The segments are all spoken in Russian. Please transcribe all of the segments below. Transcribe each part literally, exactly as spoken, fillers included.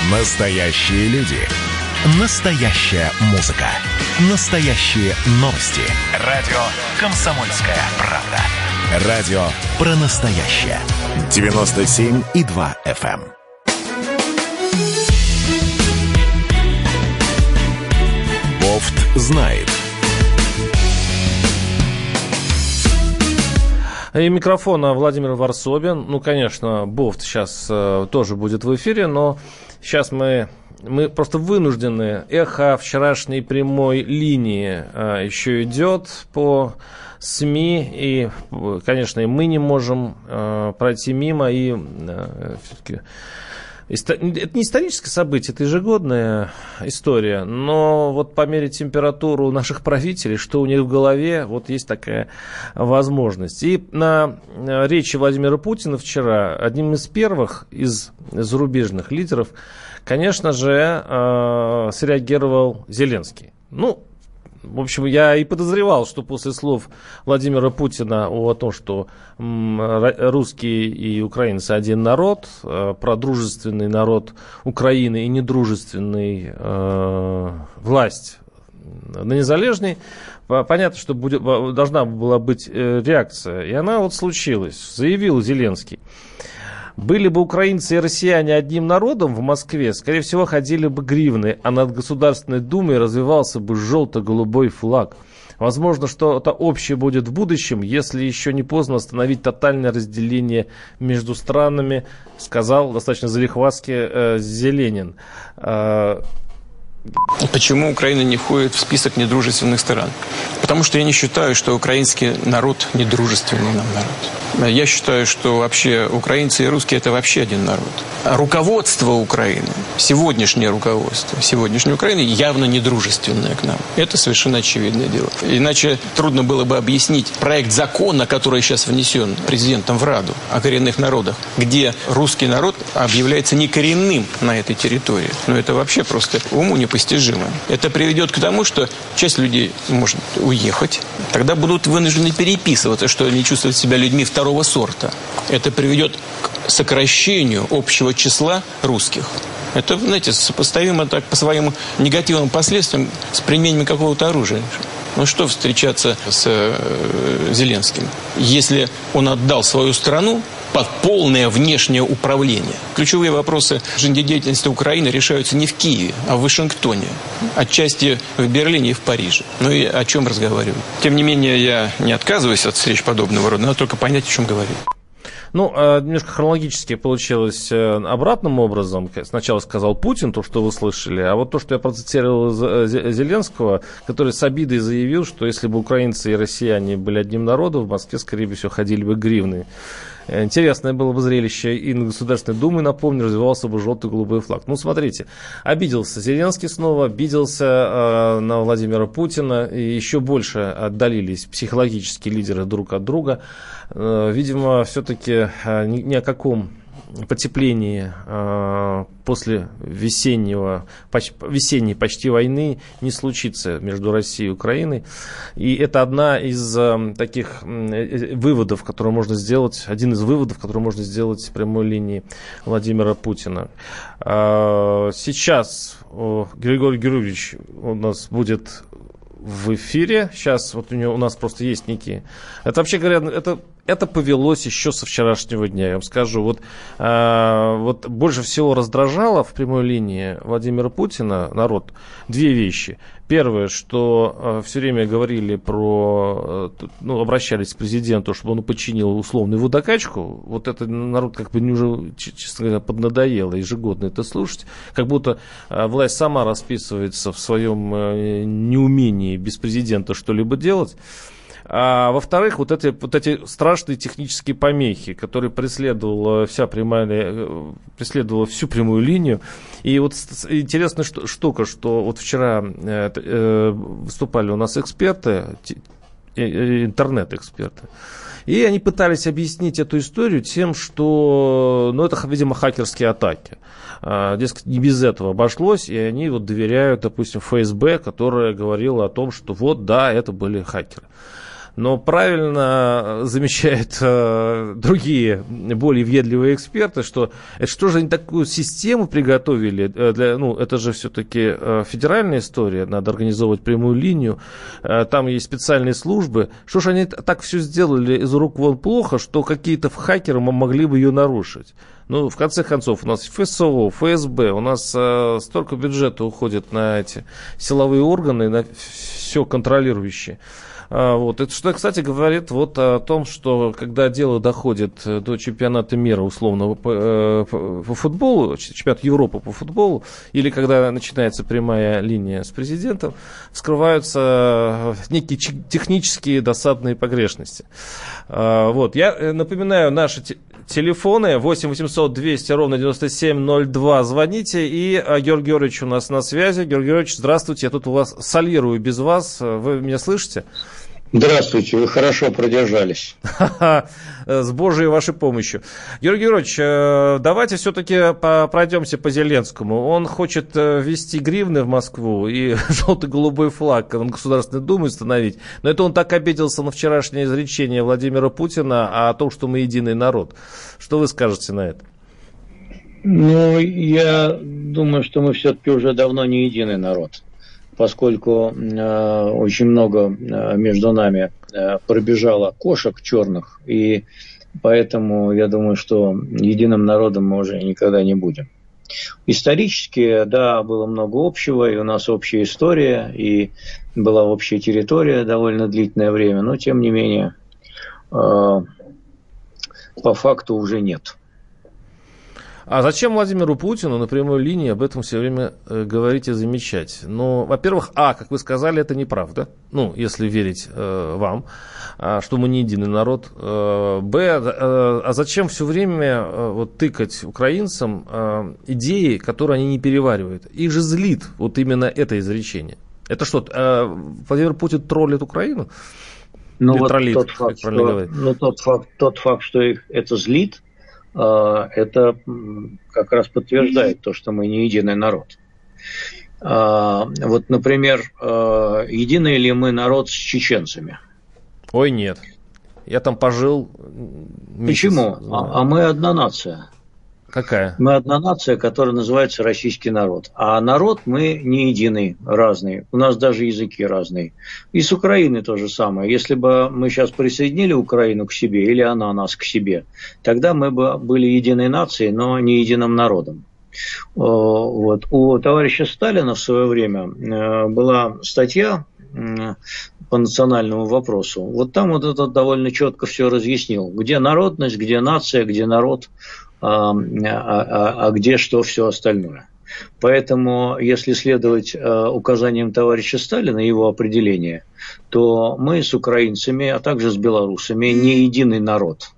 Настоящие люди. Настоящая музыка. Настоящие новости. Радио «Комсомольская правда». Радио про настоящее. девяносто семь и два эф эм. Бофт знает. И микрофона Владимир Варсобин. Ну, конечно, Бофт сейчас э, тоже будет в эфире, но сейчас мы, мы просто вынуждены. Эхо вчерашней прямой линии э, еще идет по СМИ, и, конечно, и мы не можем э, пройти мимо, и э, все-таки... Это не историческое событие, это ежегодная история, но вот по мере температуры у наших правителей, что у них в голове, вот есть такая возможность. И на речи Владимира Путина вчера одним из первых из зарубежных лидеров, конечно же, среагировал Зеленский. Ну, в общем, я и подозревал, что после слов Владимира Путина о том, что русские и украинцы один народ, про дружественный народ Украины и недружественный э, власть на незалежный, понятно, что будет, должна была быть реакция. И она вот случилась, заявил Зеленский. Были бы украинцы и россияне одним народом в Москве, скорее всего, ходили бы гривны, а над Государственной Думой развивался бы желто-голубой флаг. Возможно, что-то общее будет в будущем, если еще не поздно остановить тотальное разделение между странами, сказал достаточно залихватски э, Зеленин. Э, Почему Украина не входит в список недружественных стран? Потому что я не считаю, что украинский народ недружественный нам народ. Я считаю, что вообще украинцы и русские – это вообще один народ. А руководство Украины, сегодняшнее руководство сегодняшней Украины явно недружественное к нам. Это совершенно очевидное дело. Иначе трудно было бы объяснить проект закона, который сейчас внесен президентом в Раду о коренных народах, где русский народ объявляется некоренным на этой территории. Но это вообще просто уму непостижимо. Это приведет к тому, что часть людей может уехать, тогда будут вынуждены переписываться, что они чувствуют себя людьми второго сорта. Это приведет к сокращению общего числа русских. Это, знаете, сопоставимо так по своим негативным последствиям с применением какого-то оружия. Ну что встречаться с э, Зеленским, если он отдал свою страну под полное внешнее управление? Ключевые вопросы жизнедеятельности Украины решаются не в Киеве, а в Вашингтоне. Отчасти в Берлине и в Париже. Ну и о чем разговариваю? Тем не менее, я не отказываюсь от встреч подобного рода, надо только понять, о чем говорю. Ну, немножко хронологически получилось обратным образом. Сначала сказал Путин, то, что вы слышали, а вот то, что я процитировал Зеленского, который с обидой заявил, что если бы украинцы и россияне были одним народом, в Москве, скорее всего, ходили бы гривны. Интересное было бы зрелище, и на Государственной Думе, напомню, развивался бы желтый-голубой флаг. Ну, смотрите, обиделся Зеленский снова, обиделся э, на Владимира Путина, и еще больше отдалились психологические лидеры друг от друга. Э, видимо, все-таки э, ни, ни о каком потеплении э, после весеннего, почти, весенней почти войны не случится между Россией и Украиной. И это одна из э, таких э, выводов, которые можно сделать, один из выводов, который можно сделать с прямой линии Владимира Путина. Э, сейчас э, Григорий Георгиевич у нас будет в эфире. Сейчас вот у него, у нас просто есть некие... Это вообще говоря, это... Это повелось еще со вчерашнего дня, я вам скажу. Вот, э, вот больше всего раздражало в прямой линии Владимира Путина народ две вещи. Первое, что э, все время говорили про, э, ну, обращались к президенту, чтобы он починил условную водокачку. Вот это народ как бы уже, честно говоря, поднадоело ежегодно это слушать. Как будто э, власть сама расписывается в своем э, неумении без президента что-либо делать. А во-вторых, вот эти, вот эти страшные технические помехи, которые преследовала вся прямая, преследовала всю прямую линию. И вот интересная штука, что вот вчера выступали у нас эксперты, интернет-эксперты, и они пытались объяснить эту историю тем, что, ну, это, видимо, хакерские атаки. Дескать, не без этого обошлось, и они вот доверяют, допустим, эф эс бэ, которая говорила о том, что вот, да, это были хакеры. Но правильно замечают э, другие, более въедливые эксперты, что это что же они такую систему приготовили? Для, ну, это же все-таки э, федеральная история, надо организовывать прямую линию, э, там есть специальные службы. Что же они так все сделали из рук вон плохо, что какие-то хакеры могли бы ее нарушить? Ну, в конце концов, у нас ФСО, ФСБ, у нас э, столько бюджета уходит на эти силовые органы, на все контролирующие. Вот. Это что, кстати, говорит вот о том, что когда дело доходит до чемпионата мира условного по, по футболу, чемпионат Европы по футболу, или когда начинается прямая линия с президентом, вскрываются некие технические досадные погрешности. Вот. Я напоминаю, наши телефоны восемь восемьсот двести ровно девяносто семь ноль два. Звоните. И Георгий Георгиевич у нас на связи. Георгий Георгиевич, здравствуйте. Я тут у вас солирую без вас. Вы меня слышите? Здравствуйте, вы хорошо продержались. С Божией вашей помощью. Георгий Георгиевич, давайте все-таки пройдемся по Зеленскому. Он хочет ввести гривны в Москву и желто-голубой флаг в Государственной Думе установить. Но это он так обиделся на вчерашнее изречение Владимира Путина о том, что мы единый народ. Что вы скажете на это? Ну, я думаю, что мы все-таки уже давно не единый народ, поскольку э, очень много э, между нами э, пробежало кошек черных, и поэтому я думаю, что единым народом мы уже никогда не будем. Исторически, да, было много общего, и у нас общая история, и была общая территория довольно длительное время, но тем не менее э, по факту уже нет. А зачем Владимиру Путину на прямой линии об этом все время э, говорить и замечать? Ну, во-первых, а, как вы сказали, это неправда. Ну, если верить э, вам, э, что мы не единый народ. Э, б, э, а зачем все время э, вот, тыкать украинцам э, идеи, которые они не переваривают? Их же злит вот именно это изречение. Это что, э, Владимир Путин троллит Украину? Ну, вот троллит, тот, факт, что, ну тот, факт, тот факт, что их это злит, это как раз подтверждает то, что мы не единый народ. Вот, например, единый ли мы народ с чеченцами? Ой, нет. Я там пожил месяц. Почему? А, а мы одна нация. Какая? Мы одна нация, которая называется российский народ. А народ мы не единый, разный. У нас даже языки разные. И с Украиной то же самое. Если бы мы сейчас присоединили Украину к себе, или она нас к себе, тогда мы бы были единой нацией, но не единым народом. Вот. У товарища Сталина в свое время была статья по национальному вопросу. Вот там вот это довольно четко все разъяснил. Где народность, где нация, где народ, а, а, а где что все остальное. Поэтому, если следовать а, указаниям товарища Сталина, его определения, то мы с украинцами, а также с белорусами не единый народ.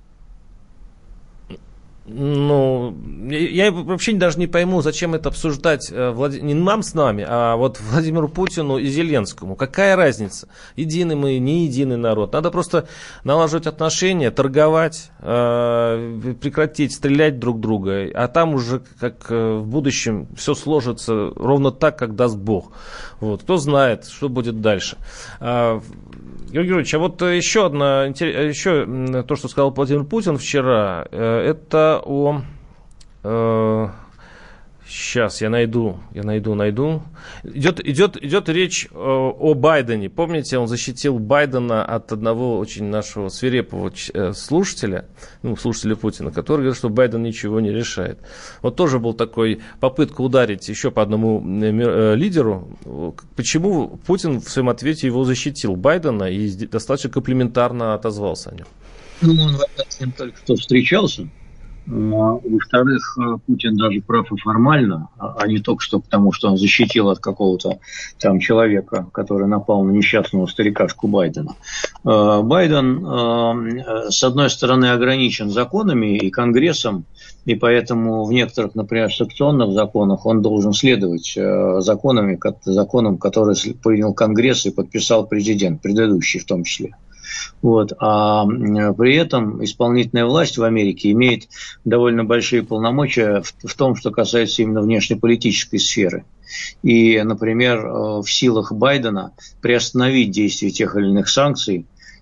Ну, я вообще даже не пойму, зачем это обсуждать Влад... не нам с нами, а вот Владимиру Путину и Зеленскому. Какая разница? Единый мы, не единый народ. Надо просто налаживать отношения, торговать, прекратить стрелять друг друга, а там уже как в будущем все сложится ровно так, как даст Бог. Вот. Кто знает, что будет дальше. Георгий Георгиевич, а вот еще одна, еще то, что сказал Владимир Путин вчера, это о... Э, сейчас я найду, я найду, найду. Идет, идет, идет речь о, о Байдене. Помните, он защитил Байдена от одного очень нашего свирепого слушателя, ну, слушателя Путина, который говорит, что Байден ничего не решает. Вот тоже был такой попытка ударить еще по одному лидеру. Почему Путин в своем ответе его защитил, Байдена, и достаточно комплиментарно отозвался о нем? Ну, он с ним только что встречался. Во-вторых, Путин даже прав и формально, а не только что потому, что он защитил от какого-то там человека, который напал на несчастного старикашку Байдена. Байден, с одной стороны, ограничен законами и Конгрессом, и поэтому в некоторых, например, санкционных законах он должен следовать законам, законам, которые принял Конгресс и подписал президент, предыдущий в том числе. Вот. А при этом исполнительная власть в Америке имеет довольно большие полномочия в, в том, что касается именно внешнеполитической сферы. И, например, в силах Байдена приостановить действие тех или иных санкций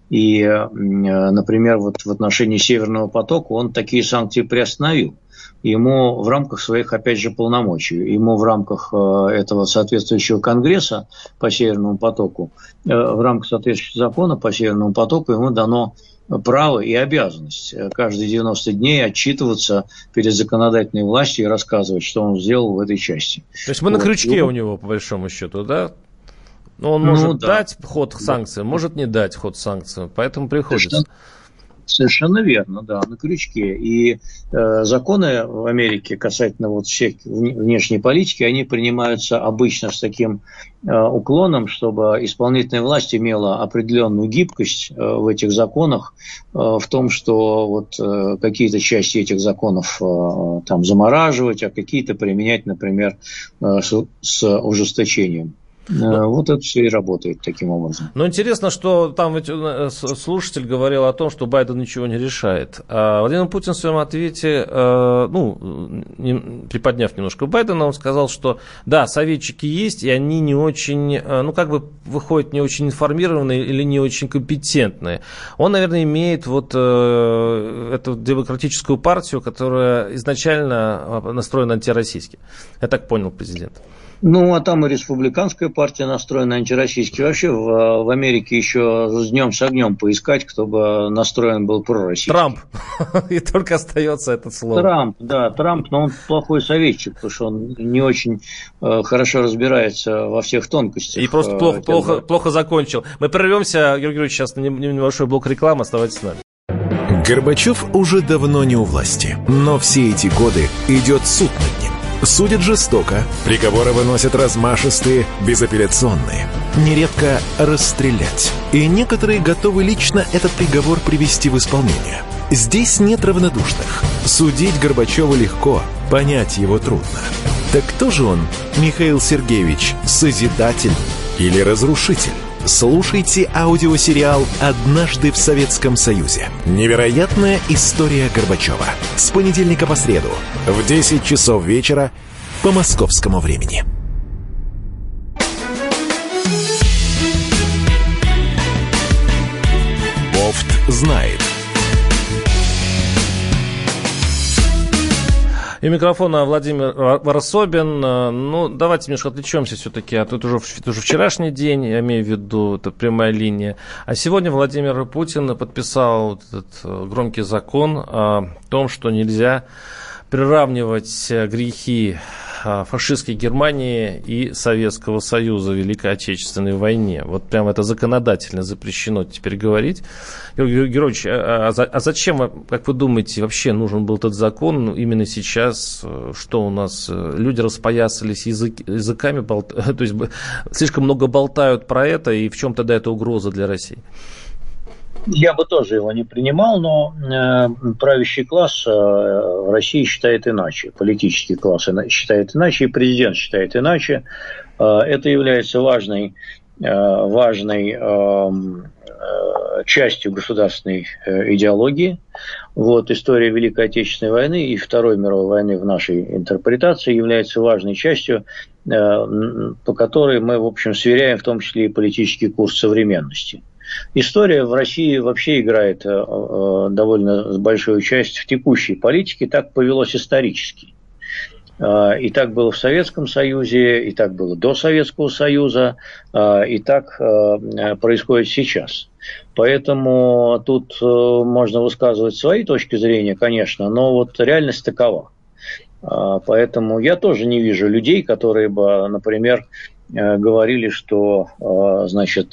И, например, вот в отношении Северного потока он такие санкции приостановил. Ему в рамках своих, опять же, полномочий, ему в рамках этого соответствующего Конгресса по Северному потоку, в рамках соответствующего закона по Северному потоку ему дано право и обязанность каждые девяносто дней отчитываться перед законодательной властью и рассказывать, что он сделал в этой части. То есть мы вот на крючке у него, по большому счету, да? Но он может ну, да. дать ход санкциям, да. может не дать ход санкциям, поэтому приходится. Совершенно, совершенно верно, да, на крючке. И э, законы в Америке касательно вот всех внешней политики, они принимаются обычно с таким э, уклоном, чтобы исполнительная власть имела определенную гибкость э, в этих законах, э, в том, что вот э, какие-то части этих законов э, там замораживать, а какие-то применять, например, э, с, с ужесточением. Но, вот это все и работает таким образом. Но интересно, что там ведь слушатель говорил о том, что Байден ничего не решает. А Владимир Путин в своем ответе, ну, приподняв немножко Байдена, он сказал, что да, советчики есть, и они не очень, ну, как бы выходят не очень информированные или не очень компетентные. Он, наверное, имеет вот эту демократическую партию, которая изначально настроена антироссийски. Я так понял, президент. Ну, а там и республиканская партия настроена антироссийски. Вообще в, в Америке еще с днем с огнем поискать, кто бы настроен был пророссийски. Трамп. И только остается этот слово. Трамп, да, Трамп, но он плохой советчик, потому что он не очень э, хорошо разбирается во всех тонкостях. И просто плохо, плохо, плохо закончил. Мы прервемся, Георгий Георгиевич, сейчас небольшой блок рекламы, оставайтесь с нами. Горбачев уже давно не у власти, но все эти годы идет суд над ним. Судят жестоко, приговоры выносят размашистые, безапелляционные. Нередко расстрелять. И некоторые готовы лично этот приговор привести в исполнение. Здесь нет равнодушных. Судить Горбачева легко, понять его трудно. Так кто же он, Михаил Сергеевич, созидатель или разрушитель? Слушайте аудиосериал «Однажды в Советском Союзе». Невероятная история Горбачева. С понедельника по среду в десять часов вечера по московскому времени. Бофт знает. И микрофона Владимир Варсобин. Ну, давайте немножко отвлечемся все-таки. А тут уже, это уже вчерашний день, я имею в виду, это прямая линия. А сегодня Владимир Путин подписал этот громкий закон о том, что нельзя приравнивать грехи фашистской Германии и Советского Союза в Великой Отечественной войне. Вот прям это законодательно запрещено теперь говорить. Георгий Георгиевич, а, а зачем, как вы думаете, вообще нужен был этот закон именно сейчас? Что у нас? Люди распоясались язык, языками, болт... то есть слишком много болтают про это, и в чем тогда это угроза для России? Я бы тоже его не принимал, но э, правящий класс э, в России считает иначе, политический класс считает иначе, и президент считает иначе. Э, это является важной, э, важной э, э, частью государственной э, идеологии. Вот, история Великой Отечественной войны и Второй мировой войны в нашей интерпретации является важной частью, э, по которой мы, в общем, сверяем в том числе и политический курс современности. История в России вообще играет э, э, довольно большую часть в текущей политике, так повелось исторически. Э, и так было в Советском Союзе, и так было до Советского Союза, э, и так э, происходит сейчас. Поэтому тут э, можно высказывать свои точки зрения, конечно, но вот реальность такова. Э, поэтому я тоже не вижу людей, которые бы, например, говорили, что, значит,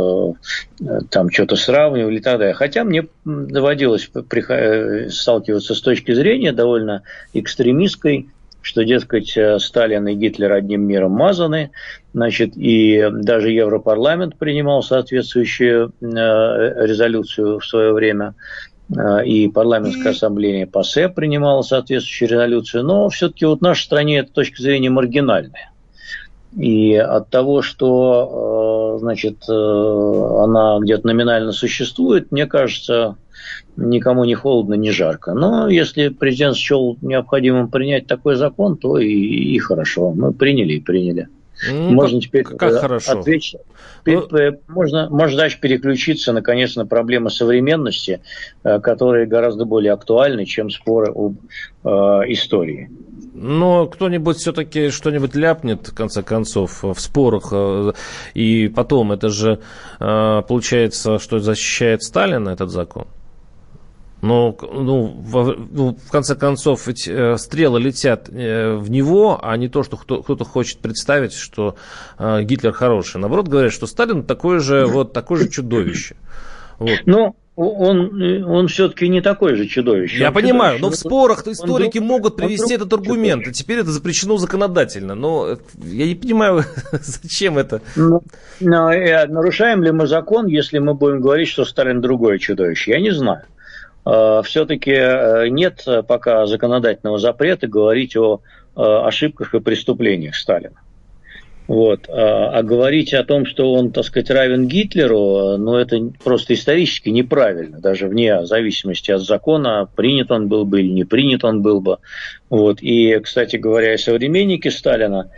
там что-то сравнивали и так далее. Хотя мне доводилось сталкиваться с точки зрения довольно экстремистской, что, дескать, Сталин и Гитлер одним миром мазаны, значит, и даже Европарламент принимал соответствующую резолюцию в свое время, и парламентская ассамблея ПАСЕ принимала соответствующую резолюцию, но все-таки вот в нашей стране эта точка зрения маргинальная. И от того, что, значит, она где-то номинально существует, мне кажется, никому не холодно, не жарко. Но если президент счел необходимым принять такой закон, то и, и хорошо. Мы приняли и приняли. Ну, можно теперь как хорошо. Ответить. Ну, можно, можно дальше переключиться, наконец, на проблемы современности, которые гораздо более актуальны, чем споры об э, истории. Но кто-нибудь все-таки что-нибудь ляпнет, в конце концов, в спорах. И потом, это же получается, что защищает Сталина этот закон. Но ну, в, ну, в конце концов, ведь э, стрелы летят э, в него, а не то, что кто, кто-то хочет представить, что э, Гитлер хороший. Наоборот, говорят, что Сталин такое же, вот, такое же чудовище. Вот. Ну, он, он все-таки не такое же чудовище. Я он понимаю, чудовище. но в спорах историки он, могут привести он, этот аргумент, чудовище. И теперь это запрещено законодательно. Но я не понимаю, зачем это. Но, но, нарушаем ли мы закон, если мы будем говорить, что Сталин другое чудовище? Я не знаю. Все-таки нет пока законодательного запрета говорить о ошибках и преступлениях Сталина. Вот. А говорить о том, что он, так сказать, равен Гитлеру, ну, это просто исторически неправильно, даже вне зависимости от закона, принят он был бы или не принят он был бы. Вот. И, кстати говоря, и современники Сталина,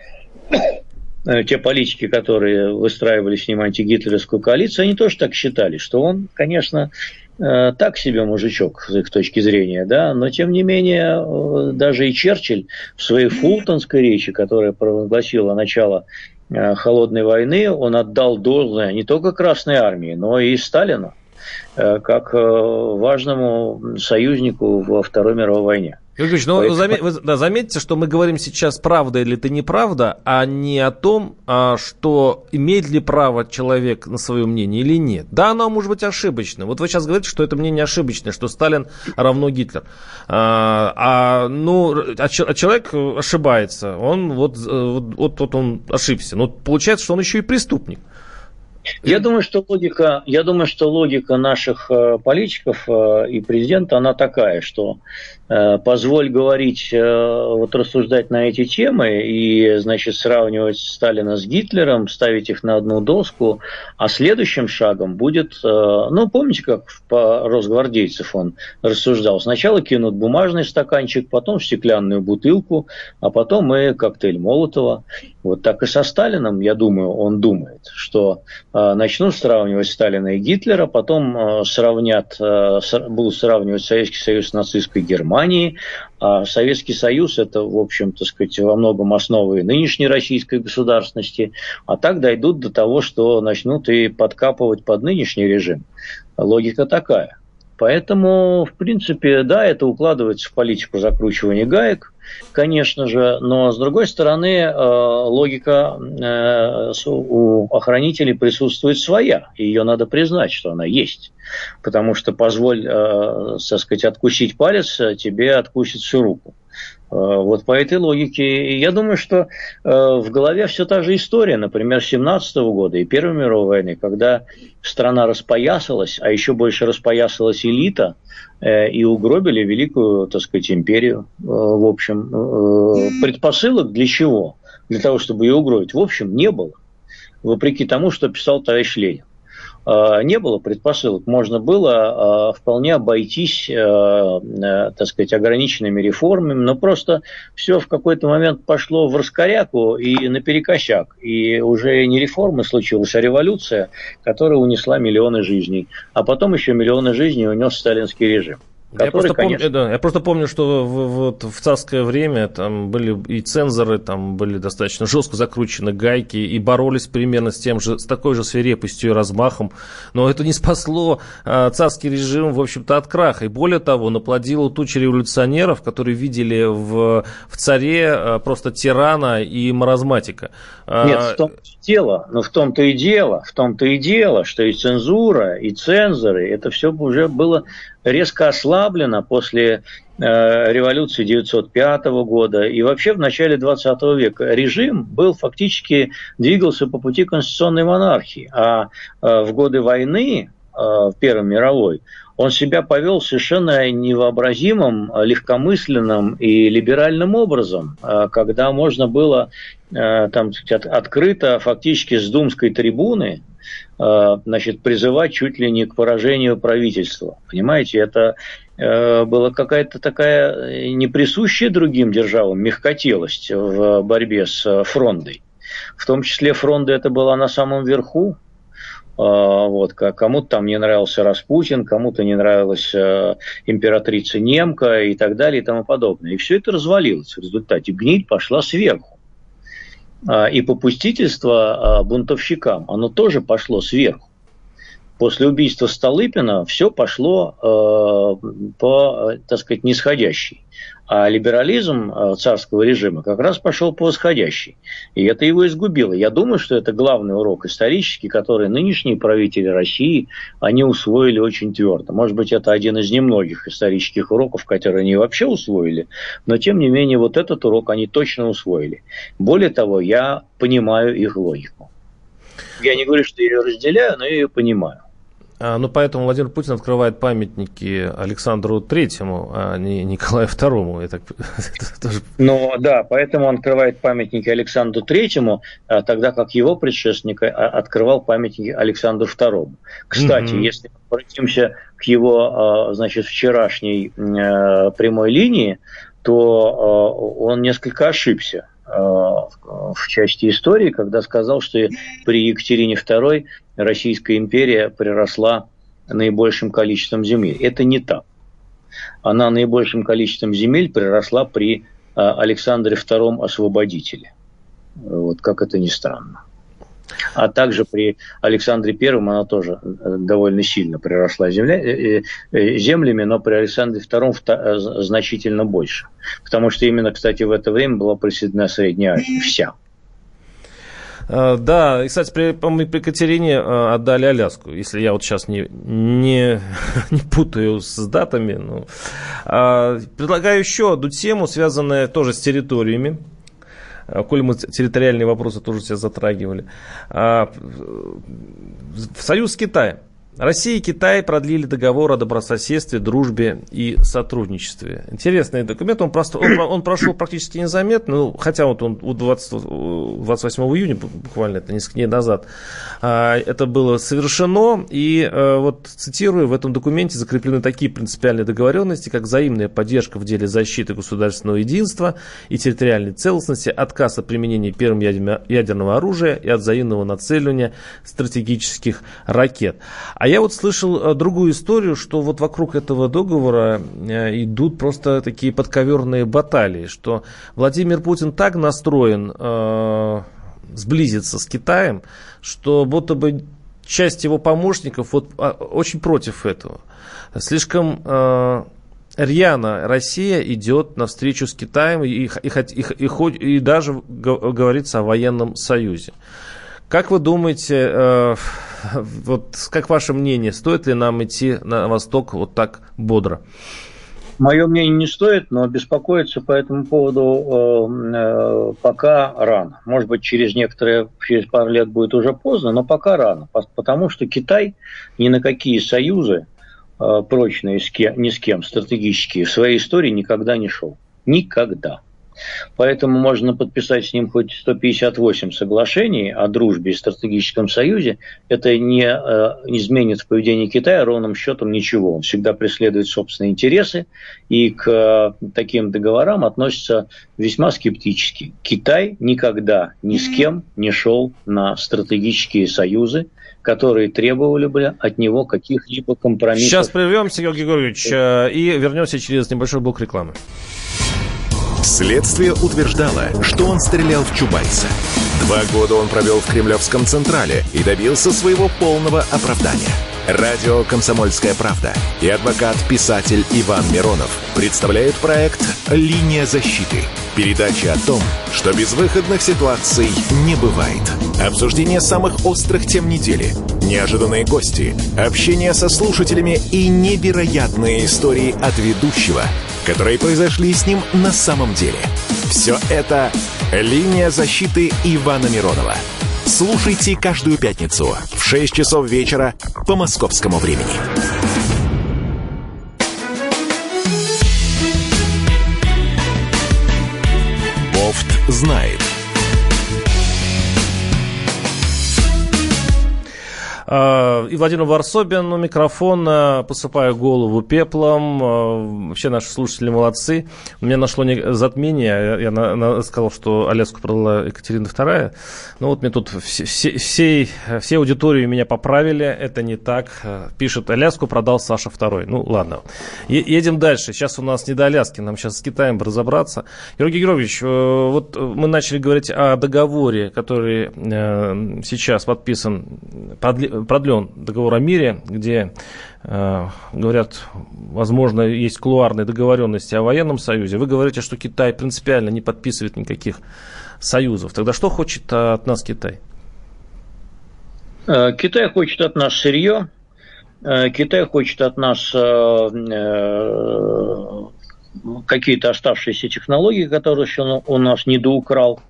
те политики, которые выстраивали с ним антигитлеровскую коалицию, они тоже так считали, что он, конечно, так себе мужичок, с их точки зрения, да, но тем не менее даже и Черчилль в своей фултонской речи, которая провозгласила начало холодной войны, он отдал должное не только Красной армии, но и Сталину как важному союзнику во Второй мировой войне. Юрий Ильич, ну, Поэтому... вы да, заметьте, что мы говорим сейчас, правда или это неправда, а не о том, что имеет ли право человек на свое мнение или нет. Да, оно может быть ошибочно. Вот вы сейчас говорите, что это мнение ошибочное, что Сталин равно Гитлер. А, а, ну, а человек ошибается, он вот, вот, вот он ошибся. Но получается, что он еще и преступник. Я думаю, что логика, я думаю, что логика наших э, политиков э, и президента, она такая, что э, позволь говорить, э, вот рассуждать на эти темы и, значит, сравнивать Сталина с Гитлером, ставить их на одну доску, а следующим шагом будет, э, ну, помните, как по росгвардейцев он рассуждал, сначала кинут бумажный стаканчик, потом стеклянную бутылку, а потом и коктейль Молотова. Вот так и со Сталином, я думаю, он думает, что э, начнут сравнивать Сталина и Гитлера, потом э, сравнят, э, с, будут сравнивать Советский Союз с нацистской Германией. А Советский Союз – это, в общем, так сказать, во многом основы нынешней российской государственности. А так дойдут до того, что начнут и подкапывать под нынешний режим. Логика такая. Поэтому, в принципе, да, это укладывается в политику закручивания гаек, конечно же, но, с другой стороны, логика у охранителей присутствует своя, и ее надо признать, что она есть, потому что позволь, так сказать, откусить палец, тебе откусит всю руку. Вот по этой логике, я думаю, что в голове все та же история, например, семнадцатого года и Первой мировой войны, когда страна распоясалась, а еще больше распоясалась элита, и угробили великую, так сказать, империю. В общем, предпосылок для чего? Для того, чтобы ее угробить, в общем, не было, вопреки тому, что писал товарищ Ленин. Не было предпосылок, можно было вполне обойтись, так сказать, ограниченными реформами, но просто все в какой-то момент пошло в раскоряку и наперекосяк, и уже не реформа случилась, а революция, которая унесла миллионы жизней, а потом еще миллионы жизней унес сталинский режим. Я, Который, просто конечно... помню, да, я просто помню, что в, вот, в царское время там были и цензоры, там были достаточно жестко закручены гайки и боролись примерно с тем же, с такой же свирепостью и размахом. Но это не спасло а, царский режим, в общем-то, от краха. И более того, наплодило тучи революционеров, которые видели в, в царе а, просто тирана и маразматика. Нет, в том-то и дело, но в том-то и дело, в том-то и дело, что и цензура, и цензоры, это все уже было резко ослаблено после э, революции девятьсот пятого года и вообще в начале двадцатого века. Режим был фактически, двигался по пути конституционной монархии, а э, в годы войны, э, в Первой мировой, он себя повел совершенно невообразимым, легкомысленным и либеральным образом, когда можно было там, открыто, фактически с думской трибуны, значит, призывать чуть ли не к поражению правительства. Понимаете, это была какая-то такая неприсущая другим державам мягкотелость в борьбе с фронтой. В том числе фронда это была на самом верху. Вот, кому-то там не нравился Распутин, кому-то не нравилась императрица Немка и так далее и тому подобное. И все это развалилось в результате. Гниль пошла сверху. И попустительство бунтовщикам, оно тоже пошло сверху. После убийства Столыпина все пошло э, по, так сказать, нисходящей. А либерализм царского режима как раз пошел по восходящей. И это его изгубило. Я думаю, что это главный урок исторический, который нынешние правители России, они усвоили очень твердо. Может быть, это один из немногих исторических уроков, которые они вообще усвоили. Но, тем не менее, вот этот урок они точно усвоили. Более того, я понимаю их логику. Я не говорю, что я ее разделяю, но я ее понимаю. А, ну, поэтому Владимир Путин открывает памятники Александру Третьему, а не Николаю Второму. Я так, тоже... Ну, да, поэтому он открывает памятники Александру Третьему, тогда как его предшественник открывал памятники Александру Второму. Кстати, mm-hmm. если мы обратимся к его, значит, вчерашней прямой линии, то он несколько ошибся в части истории, когда сказал, что при Екатерине Второй Российская империя приросла наибольшим количеством земель. Это не так. Она наибольшим количеством земель приросла при Александре Втором Освободителе. Вот как это ни странно. А также при Александре Первом она тоже довольно сильно приросла земля, землями, но при Александре Втором значительно больше. Потому что именно, кстати, в это время была присоединена Средняя Азия вся. Да, и, кстати, при, по-моему, при Екатерине отдали Аляску, если я вот сейчас не, не, не путаю с датами. Ну. Предлагаю еще одну тему, связанную тоже с территориями. Коль мы территориальные вопросы тоже все затрагивали. Союз с Китаем. Россия и Китай продлили договор о добрососедстве, дружбе и сотрудничестве. Интересный документ, он, просто, он, он прошел практически незаметно, ну, хотя вот он у двадцать, двадцать восьмого июня, буквально это несколько дней назад, это было совершено. И вот цитирую, в этом документе закреплены такие принципиальные договоренности, как взаимная поддержка в деле защиты государственного единства и территориальной целостности, отказ от применения первым ядерного оружия и от взаимного нацеливания стратегических ракет. А я вот слышал другую историю, что вот вокруг этого договора идут просто такие подковерные баталии, что Владимир Путин так настроен э, сблизиться с Китаем, что будто бы часть его помощников вот, очень против этого. Слишком э, рьяно Россия идет навстречу с Китаем и, и, и, и, и даже говорится о военном союзе. Как вы думаете, э, вот как ваше мнение, стоит ли нам идти на восток вот так бодро? Мое мнение не стоит, но беспокоиться по этому поводу э, пока рано. Может быть, через некоторые, через пару лет будет уже поздно, но пока рано. Потому что Китай ни на какие союзы э, прочные с кем, ни с кем, стратегические, в своей истории никогда не шел. Никогда. Поэтому можно подписать с ним хоть сто пятьдесят восемь соглашений о дружбе и стратегическом союзе. Это не э, изменит в поведении Китая ровным счетом ничего. Он всегда преследует собственные интересы и к э, таким договорам относится весьма скептически. Китай никогда ни с кем не шел на стратегические союзы, которые требовали бы от него каких-либо компромиссов. Сейчас прервемся, Георгий Георгиевич, э, и вернемся через небольшой блок рекламы. Следствие утверждало, что он стрелял в Чубайса. Два года он провел в Кремлевском Централе и добился своего полного оправдания. Радио «Комсомольская правда» и адвокат-писатель Иван Миронов представляют проект «Линия защиты». Передача о том, что безвыходных ситуаций не бывает. Обсуждение самых острых тем недели, неожиданные гости, общение со слушателями и невероятные истории от ведущего, которые произошли с ним на самом деле. Все это «Линия защиты» Ивана Миронова. Слушайте каждую пятницу в шесть часов вечера по московскому времени. Бофт знает. И Владимир Варсобин у микрофона. Посыпаю голову пеплом. Вообще наши слушатели молодцы. У меня нашло затмение. Я на, на, сказал, что Аляску продала Екатерина вторая. Ну вот мне тут все, все, все, все аудитории меня поправили. Это не так. Пишет, Аляску продал Саша второй. Ну ладно. Е- едем дальше. Сейчас у нас не до Аляски. Нам сейчас с Китаем бы разобраться. Георгий Георгиевич, вот мы начали говорить о договоре, который сейчас подписан, продлен договор о мире, где, говорят, возможно, есть кулуарные договоренности о военном союзе. Вы говорите, что Китай принципиально не подписывает никаких союзов. Тогда что хочет от нас Китай? Китай хочет от нас сырье. Китай хочет от нас какие-то оставшиеся технологии, которые еще у нас недоукрал.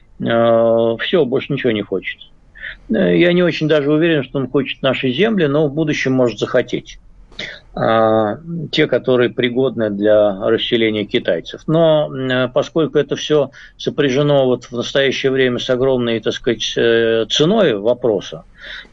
Все, больше ничего не хочет. Я не очень даже уверен, что он хочет наши земли, но в будущем может захотеть. Те, которые пригодны для расселения китайцев. Но поскольку это все сопряжено вот в настоящее время с огромной, так сказать, ценой вопроса,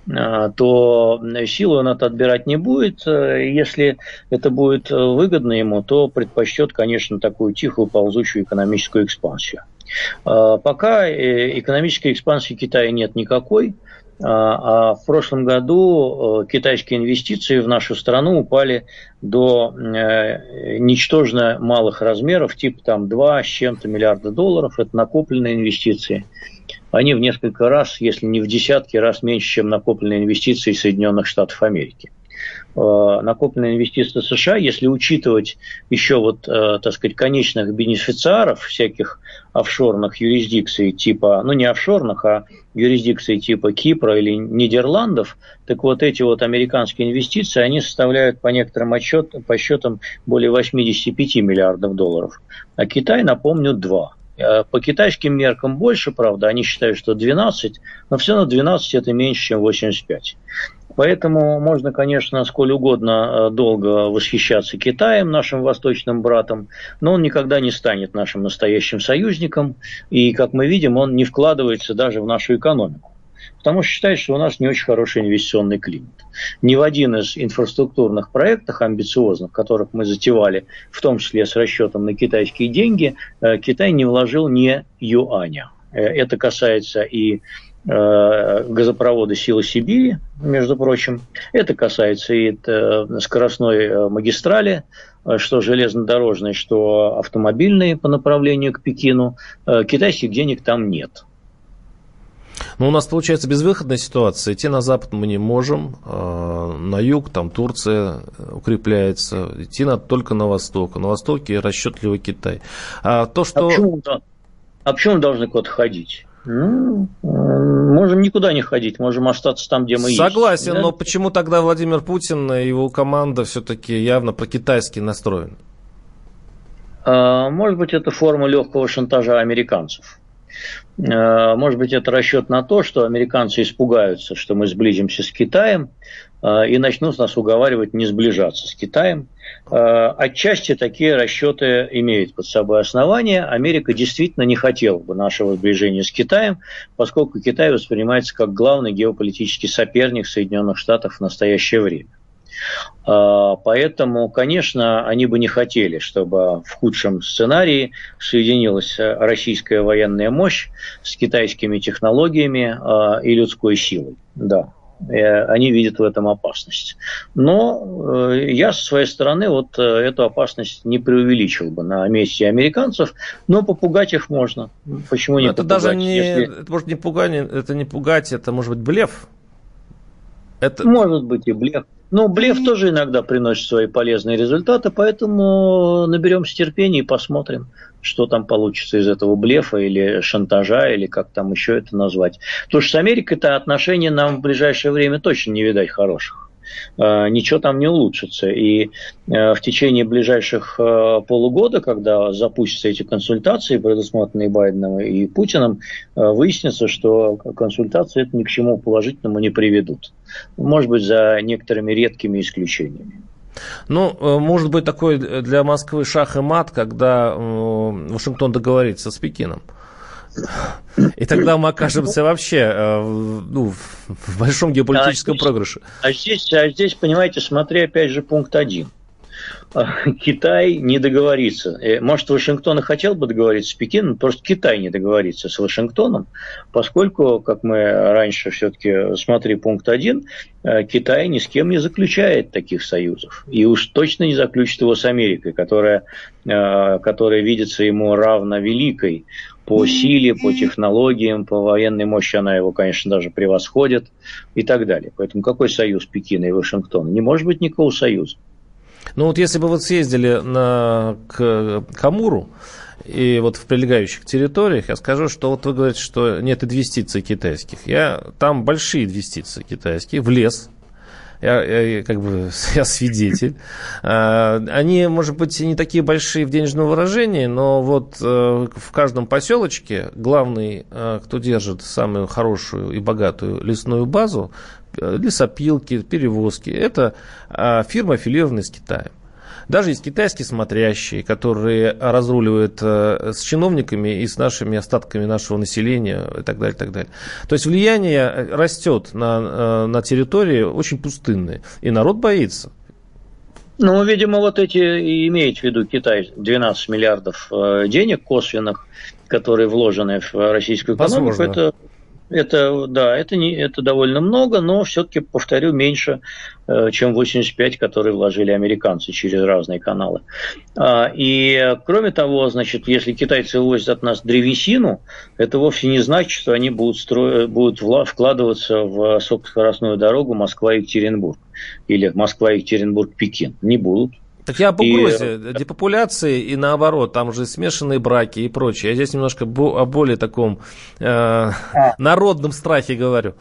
то силу он это отбирать не будет. Если это будет выгодно ему, то предпочтет, конечно, такую тихую, ползучую экономическую экспансию. Пока экономической экспансии Китая нет никакой. А в прошлом году китайские инвестиции в нашу страну упали до ничтожно малых размеров, типа там два с чем-то миллиарда долларов. Это накопленные инвестиции. Они в несколько раз, если не в десятки раз меньше, чем накопленные инвестиции Соединенных Штатов Америки. Накопленные инвестиции США, если учитывать еще вот, так сказать, конечных бенефициаров всяких офшорных юрисдикций типа, ну не офшорных, а юрисдикций типа Кипра или Нидерландов, так вот эти вот американские инвестиции, они составляют по некоторым отчетам, по счетам более восемьдесят пять миллиардов долларов. А Китай, напомню, два. По китайским меркам больше, правда, они считают, что двенадцать, но все равно двенадцать это меньше, чем восемьдесят пять. Поэтому можно, конечно, сколь угодно долго восхищаться Китаем, нашим восточным братом, но он никогда не станет нашим настоящим союзником, и, как мы видим, он не вкладывается даже в нашу экономику, потому что считает, что у нас не очень хороший инвестиционный климат. Ни в один из инфраструктурных проектов амбициозных, которых мы затевали, в том числе с расчетом на китайские деньги, Китай не вложил ни юаня. Это касается и газопровода «Сила Сибири», между прочим. Это касается и скоростной магистрали, что железнодорожной, что автомобильной по направлению к Пекину. Китайских денег там нет. Ну, у нас получается безвыходная ситуация. Идти на запад мы не можем. На юг, там Турция укрепляется. Идти надо только на восток. На востоке расчетливый Китай. А то, что... А почему, а почему мы должны куда-то ходить? Ну, можем никуда не ходить, можем остаться там, где мы есть. Согласен, да? Но почему тогда Владимир Путин и его команда все-таки явно про-китайски настроены? Может быть, это форма легкого шантажа американцев. Может быть, это расчет на то, что американцы испугаются, что мы сблизимся с Китаем, и начнут нас уговаривать не сближаться с Китаем. Отчасти такие расчеты имеют под собой основания. Америка действительно не хотела бы нашего сближения с Китаем, поскольку Китай воспринимается как главный геополитический соперник Соединенных Штатов в настоящее время. Поэтому, конечно, они бы не хотели, чтобы в худшем сценарии соединилась российская военная мощь с китайскими технологиями и людской силой. Да, они видят в этом опасность. Но я со своей стороны вот эту опасность не преувеличил бы на месте американцев, но попугать их можно. Почему не это попугать? Даже не, если... это может не пугание, это не пугать, это может быть блеф. Это... Может быть и блеф. Но блеф тоже иногда приносит свои полезные результаты, поэтому наберемся терпения и посмотрим, что там получится из этого блефа или шантажа, или как там еще это назвать. Потому что с Америкой-то отношения нам в ближайшее время точно не видать хороших. Ничего там не улучшится. И в течение ближайших полугода, когда запустятся эти консультации, предусмотренные Байденом и Путиным, выяснится, что консультации это ни к чему положительному не приведут. Может быть, за некоторыми редкими исключениями. Ну, может быть, такой для Москвы шах и мат, когда Вашингтон договорится с Пекином. И тогда мы окажемся вообще ну, в большом геополитическом а здесь, прогрессе. А здесь, а здесь, понимаете, смотри опять же пункт один. Китай не договорится. Может, Вашингтон и хотел бы договориться с Пекином, просто Китай не договорится с Вашингтоном, поскольку, как мы раньше все-таки, смотри пункт один, Китай ни с кем не заключает таких союзов. И уж точно не заключит его с Америкой, которая, которая видится ему равно великой по силе, по технологиям, по военной мощи. Она его, конечно, даже превосходит и так далее. Поэтому какой союз Пекина и Вашингтона? Не может быть никакого союза. Ну вот если бы вы съездили на, к, к Амуру и вот в прилегающих территориях, я скажу, что вот вы говорите, что нет инвестиций китайских. Я, там большие инвестиции китайские в лес. Я, я, как бы, я свидетель. Они, может быть, не такие большие в денежном выражении, но вот в каждом поселочке главный, кто держит самую хорошую и богатую лесную базу, лесопилки, перевозки, это фирма, аффилированная с Китаем. Даже есть китайские смотрящие, которые разруливают с чиновниками и с нашими остатками нашего населения и так далее, и так далее. То есть влияние растет на, на территории очень пустынные, и народ боится. Ну, видимо, вот эти и имеет в виду Китай, двенадцать миллиардов денег косвенных, которые вложены в российскую экономику. Возможно. Это Это, да, это, не, это довольно много, но все-таки, повторю, меньше, чем восемьдесят пять, которые вложили американцы через разные каналы. И, кроме того, значит, если китайцы увозят от нас древесину, это вовсе не значит, что они будут, стро... будут вкладываться в высокоскоростную дорогу Москва-Екатеринбург или Москва-Екатеринбург-Пекин. Не будут. Так я об угрозе и... депопуляции и наоборот, там уже смешанные браки и прочее. Я здесь немножко о более таком э, а. народном страхе говорю.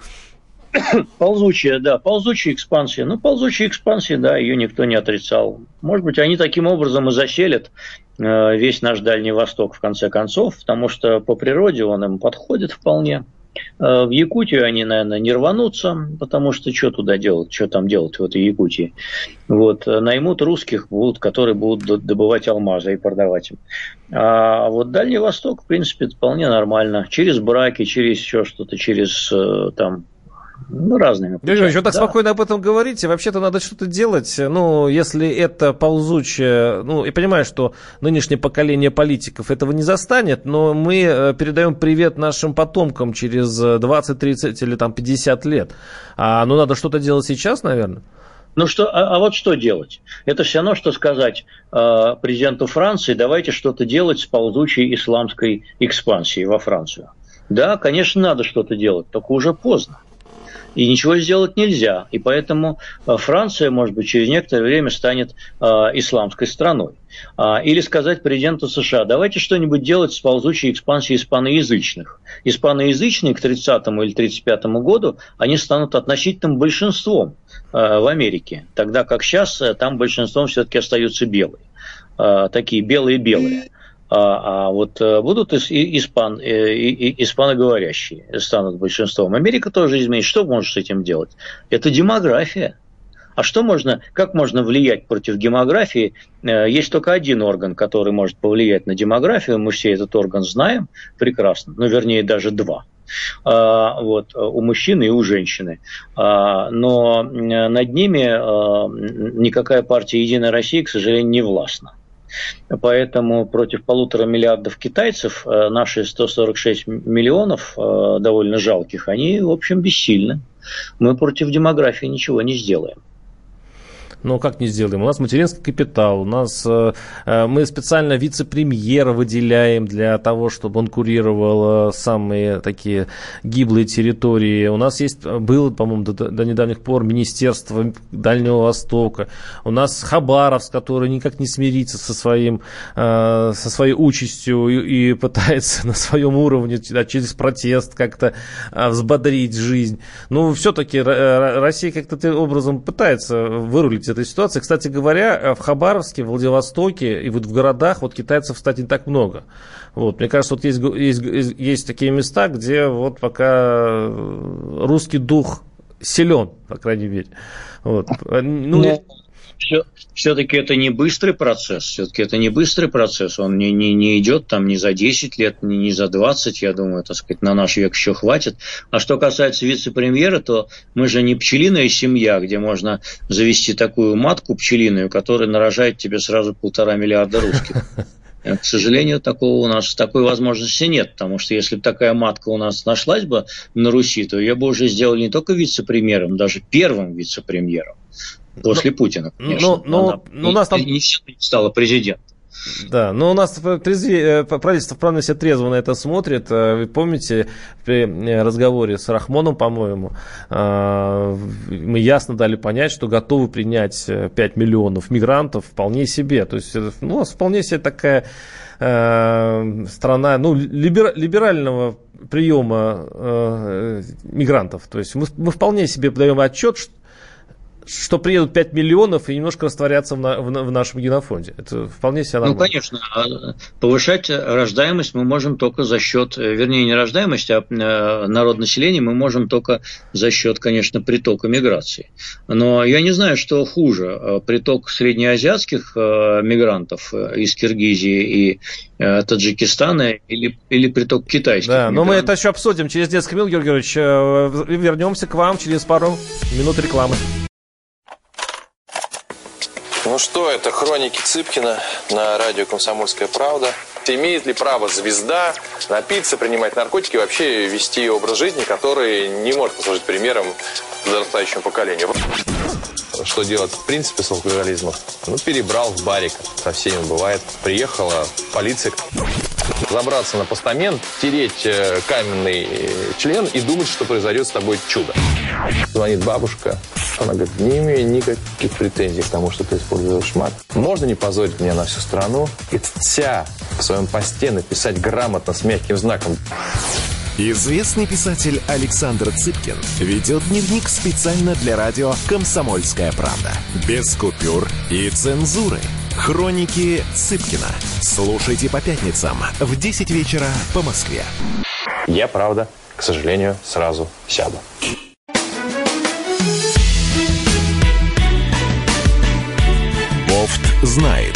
Ползучая, да, ползучая экспансия. Ну, ползучая экспансия, да, ее никто не отрицал. Может быть, они таким образом и заселят э, весь наш Дальний Восток в конце концов, потому что по природе он им подходит вполне. В Якутию они, наверное, не рванутся, потому что что туда делать, что там делать в этой Якутии. Вот, наймут русских, будут, которые будут добывать алмазы и продавать им. А вот Дальний Восток, в принципе, вполне нормально. Через браки, через еще что-то, через там... Ну, разными путями. Вы так да. спокойно об этом говорите. Вообще-то надо что-то делать. Ну, если это ползучее... Ну, я понимаю, что нынешнее поколение политиков этого не застанет, но мы передаем привет нашим потомкам через двадцать, тридцать или там пятьдесят лет. А ну, надо что-то делать сейчас, наверное. Ну, что, а, а вот что делать? Это все равно, что сказать э, президенту Франции, давайте что-то делать с ползучей исламской экспансией во Францию. Да, конечно, надо что-то делать, только уже поздно. И ничего сделать нельзя. И поэтому Франция, может быть, через некоторое время станет э, исламской страной. А, или сказать президенту США, давайте что-нибудь делать с ползучей экспансией испаноязычных. Испаноязычные к тридцатому или тридцать пятому году, они станут относительным большинством э, в Америке. Тогда как сейчас э, там большинством все-таки остаются белые. Э, такие белые-белые. А, а вот будут испан, испаноговорящие станут большинством. Америка тоже изменится. Что может с этим делать? Это демография. А что можно, как можно влиять против демографии? Есть только один орган, который может повлиять на демографию. Мы все этот орган знаем прекрасно. Ну, вернее, даже два. А, вот, у мужчины и у женщины. А, но над ними а, никакая партия «Единая Россия», к сожалению, не властна. Поэтому против полутора миллиардов китайцев наши сто сорок шесть миллионов довольно жалких, они, в общем, бессильны. Мы против демографии ничего не сделаем. Ну, как не сделаем? У нас материнский капитал, у нас э, мы специально вице-премьера выделяем для того, чтобы он курировал э, самые такие гиблые территории. У нас есть, было, по-моему, до, до недавних пор Министерство Дальнего Востока. У нас Хабаровск, который никак не смирится со, своим, э, со своей участью и, и пытается на своем уровне да, через протест как-то э, взбодрить жизнь. Ну, все-таки э, Россия как-то таким образом пытается вырулить этой ситуации. Кстати говоря, в Хабаровске, в Владивостоке и вот в городах вот китайцев, кстати, не так много. Вот, мне кажется, вот есть, есть, есть такие места, где вот пока русский дух силен, по крайней мере. Вот. Ну, все, все-таки это не быстрый процесс, все-таки это не быстрый процесс, он не, не, не идет там ни за десять лет, ни, ни за двадцать, я думаю, так сказать, на наш век еще хватит. А что касается вице-премьера, то мы же не пчелиная семья, где можно завести такую матку пчелиную, которая нарожает тебе сразу полтора миллиарда русских. К сожалению, такого у нас, такой возможности нет, потому что если бы такая матка у нас нашлась бы на Руси, то ее бы уже сделали не только вице-премьером, даже первым вице-премьером после но, Путина, конечно. Но, но, Она но у нас там... не стала президентом. Да, но у нас трезви... правительство вправду все трезво на это смотрит. Вы помните, при разговоре с Рахмоном, по-моему, мы ясно дали понять, что готовы принять пять миллионов мигрантов вполне себе. То есть, ну, у нас вполне себе такая э, страна, ну, либер... либерального приема э, мигрантов. То есть мы, мы вполне себе даем отчет, что что приедут пять миллионов и немножко растворятся в, на, в, в нашем генофонде. Это вполне себе нормально. Ну, конечно. Повышать рождаемость мы можем только за счет, вернее, не рождаемость, а народ населения мы можем только за счет, конечно, притока миграции. Но я не знаю, что хуже. Приток среднеазиатских мигрантов из Киргизии и Таджикистана или, или приток китайских да, мигрантов. Но мы это еще обсудим через несколько минут, Георгий Георгиевич. Вернемся к вам через пару минут рекламы. Ну что, это хроники Цыпкина на радио «Комсомольская правда». Имеет ли право звезда напиться, принимать наркотики и вообще вести образ жизни, который не может послужить примером подрастающему поколению? Что делать в принципе с алкоголизмом? Ну, перебрал в барик, со всеми бывает. Приехала полиция. Забраться на постамент, тереть каменный член и думать, что произойдет с тобой чудо. Звонит бабушка. Она говорит, не имею никаких претензий к тому, что ты используешь мат. Можно не позорить меня на всю страну и вся в своем посте написать грамотно с мягким знаком. Известный писатель Александр Цыпкин ведет дневник специально для радио «Комсомольская правда». Без купюр и цензуры. Хроники Цыпкина. Слушайте по пятницам в десять вечера по Москве. Я, правда, к сожалению, сразу сяду. Бофт знает.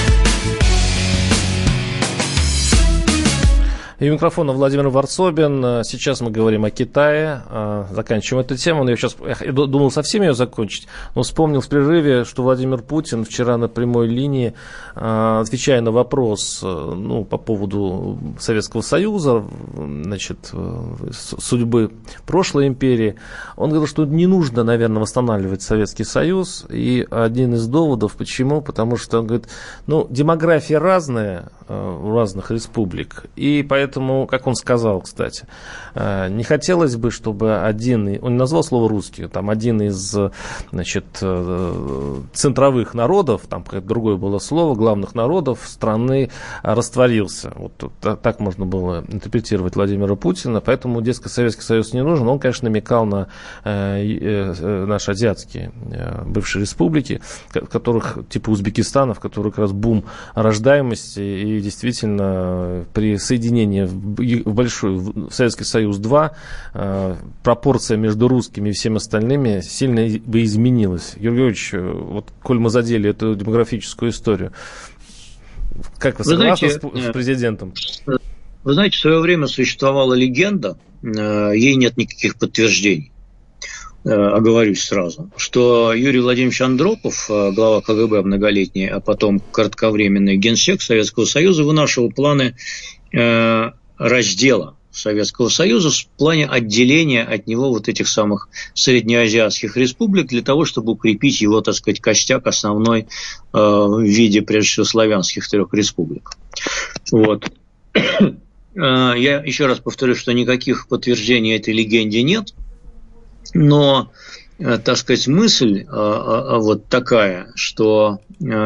И у микрофона Владимир Варсобин. Сейчас мы говорим о Китае. Заканчиваем эту тему. Я сейчас я думал совсем ее закончить, но вспомнил в прерыве, что Владимир Путин вчера на прямой линии, отвечая на вопрос ну, по поводу Советского Союза, значит, судьбы прошлой империи, он говорил, что не нужно, наверное, восстанавливать Советский Союз. И один из доводов, почему? Потому что, он говорит, ну, демография разная у разных республик, и поэтому Поэтому, как он сказал, кстати, не хотелось бы, чтобы один, он не назвал слово русский, там один из, значит, центровых народов, там какое-то другое было слово, главных народов страны растворился. Вот так можно было интерпретировать Владимира Путина, поэтому, дескать, Советский Союз не нужен. Он, конечно, намекал на наши азиатские бывшие республики, в которых, типа Узбекистана, в которых как раз бум рождаемости, и действительно при соединении в большой в Советский Союз-два э, пропорция между русскими и всеми остальными сильно бы изменилась. Георгий Георгиевич, вот коль мы задели эту демографическую историю, как вы, вы согласны знаете, с, с президентом? Вы знаете, в свое время существовала легенда, э, ей нет никаких подтверждений, э, оговорюсь сразу, что Юрий Владимирович Андропов, э, глава КГБ многолетний, а потом кратковременный генсек Советского Союза, вынашивал планы э, раздела Советского Союза в плане отделения от него вот этих самых среднеазиатских республик для того, чтобы укрепить его, так сказать, костяк основной э, в виде, прежде всего, славянских трех республик. Вот. Я еще раз повторю, что никаких подтверждений этой легенде нет, но, так сказать, мысль вот такая, что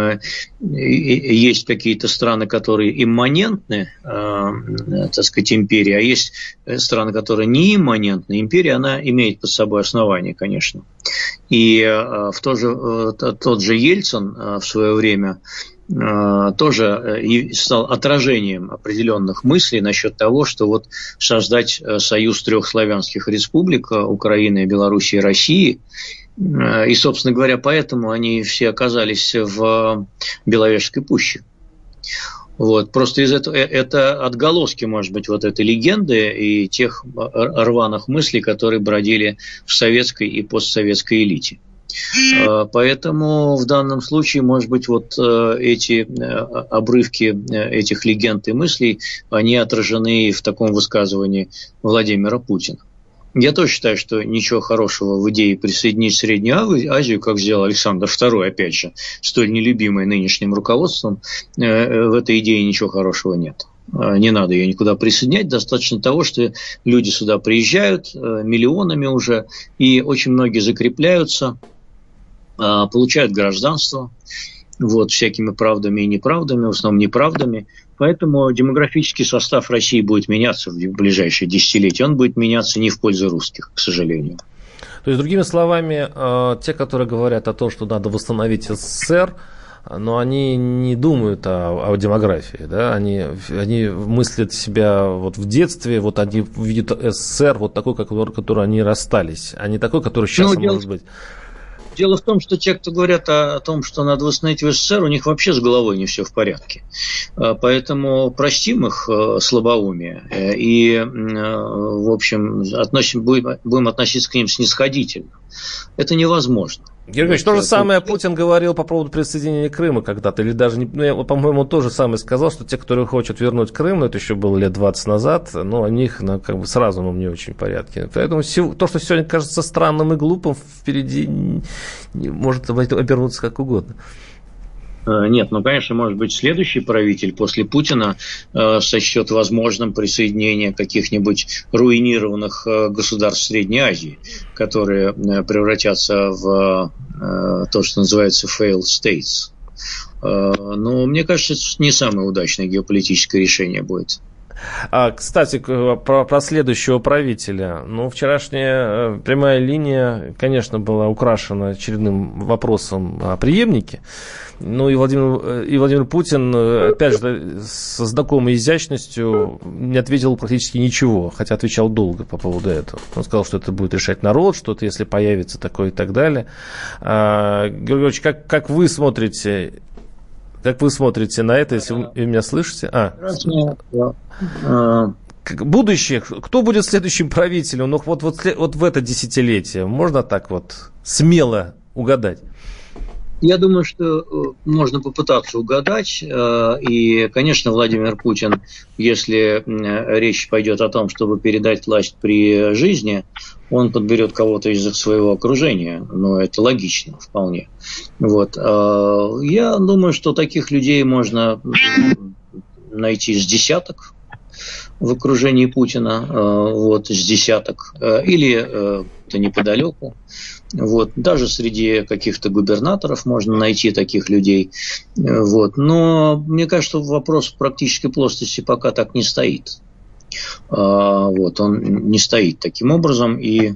есть какие-то страны, которые имманентны, так сказать, империи, а есть страны, которые не имманентны. Империя, она имеет под собой основание, конечно. И в то же, тот же Ельцин в свое время тоже стал отражением определенных мыслей насчет того, что вот создать союз трех славянских республик, Украины, Белоруссии и России, И, собственно говоря, поэтому они все оказались в Беловежской пуще. Вот. Просто из этого, это отголоски, может быть, вот этой легенды и тех рваных мыслей, которые бродили в советской и постсоветской элите. Поэтому в данном случае, может быть, вот эти обрывки этих легенд и мыслей, они отражены в таком высказывании Владимира Путина. Я тоже считаю, что ничего хорошего в идее присоединить Среднюю Азию, как сделал Александр второй, опять же, столь нелюбимый нынешним руководством, в этой идее ничего хорошего нет. Не надо ее никуда присоединять, достаточно того, что люди сюда приезжают миллионами уже, и очень многие закрепляются, получают гражданство, вот, всякими правдами и неправдами, в основном неправдами. Поэтому демографический состав России будет меняться в ближайшие десятилетия. Он будет меняться не в пользу русских, к сожалению. То есть, другими словами, те, которые говорят о том, что надо восстановить СССР, но они не думают о, о демографии, да? они, они мыслят себя вот в детстве, вот они видят СССР вот такой, как, который они расстались, а не такой, который сейчас, ну, может дело... быть... Дело в том, что те, кто говорят о, о том, что надо восстановить в СССР, у них вообще с головой не все в порядке. Поэтому простим их слабоумие и, в общем, относим, будем, будем относиться к ним снисходительно. Это невозможно. Георгий Ильич, то же самое Путин говорил по поводу присоединения Крыма когда-то, или даже, не, ну, по-моему, то же самое сказал, что те, которые хотят вернуть Крым, ну, это еще было лет двадцать назад, но у них, ну, как бы с разумом не очень в порядке. Поэтому то, что сегодня кажется странным и глупым, впереди не может обернуться как угодно. Нет, ну, конечно, может быть, следующий правитель после Путина э, сочтет возможным присоединение каких-нибудь руинированных э, государств Средней Азии, которые э, превратятся в э, то, что называется failed states. Э, но мне кажется, это не самое удачное геополитическое решение будет. А, кстати, про, про следующего правителя. Ну, вчерашняя прямая линия, конечно, была украшена очередным вопросом о преемнике. Ну, и Владимир, и Владимир Путин, опять же, со знакомой изящностью не ответил практически ничего, хотя отвечал долго по поводу этого. Он сказал, что это будет решать народ, что-то, если появится такое и так далее. А, Георгий Георгиевич, как, как вы смотрите... Как вы смотрите на это, если вы меня слышите? А. Будущее. Кто будет следующим правителем? Ну, вот, вот, вот в это десятилетие можно так вот смело угадать? Я думаю, что можно попытаться угадать. И, конечно, Владимир Путин, если речь пойдет о том, чтобы передать власть при жизни, он подберет кого-то из своего окружения. Но это логично вполне. Вот. Я думаю, что таких людей можно найти с десяток в окружении Путина, вот, с десяток, или это неподалеку. Вот. Даже среди каких-то губернаторов можно найти таких людей. Вот. Но мне кажется, вопрос практической плоскости пока так не стоит. Вот. Он не стоит таким образом, и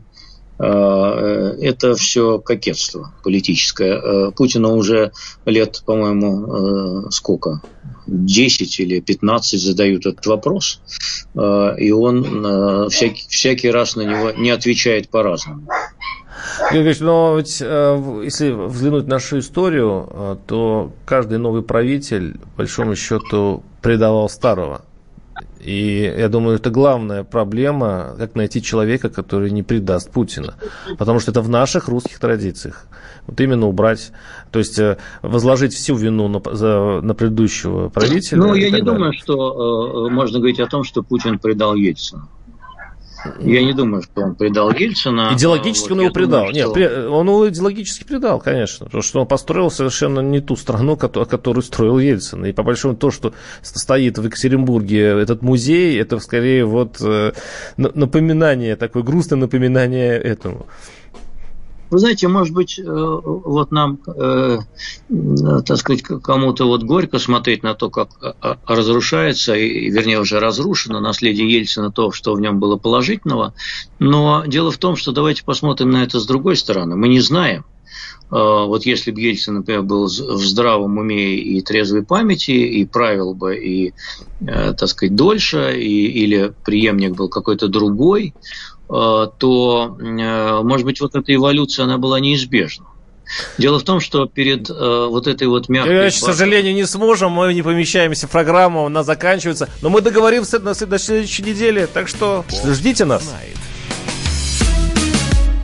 это все кокетство политическое. Путину уже лет, по-моему, сколько? десять или пятнадцать задают этот вопрос, и он всякий, всякий раз на него не отвечает по-разному. Георгий Ильич, но ведь если взглянуть на нашу историю, то каждый новый правитель, по большому счету, предавал старого. И я думаю, это главная проблема, как найти человека, который не предаст Путина. Потому что это в наших русских традициях. Вот именно убрать, то есть возложить всю вину на, за, на предыдущего правителя. Ну, я не думаю, что э, можно говорить о том, что Путин предал Ельцина. Я не думаю, что он предал Ельцина. Идеологически вот он его предал. Думаю, что... Нет, он его идеологически предал, конечно. Потому что он построил совершенно не ту страну, которую строил Ельцин. И по большому то, что стоит в Екатеринбурге этот музей, это скорее вот напоминание, такое грустное напоминание этому. Вы знаете, может быть, вот нам, э, так сказать, кому-то вот горько смотреть на то, как разрушается, и, вернее, уже разрушено наследие Ельцина, то, что в нем было положительного. Но дело в том, что давайте посмотрим на это с другой стороны. Мы не знаем. Вот если бы Ельцин, например, был в здравом уме и трезвой памяти, и правил бы, и, так сказать, дольше, и, или преемник был какой-то другой, то, может быть, вот эта эволюция, она была неизбежна. Дело в том, что перед э, вот этой вот мягкой... Я, к сожалению, не сможем, мы не помещаемся в программу, она заканчивается. Но мы договоримся на, на следующей неделе, так что ждите нас.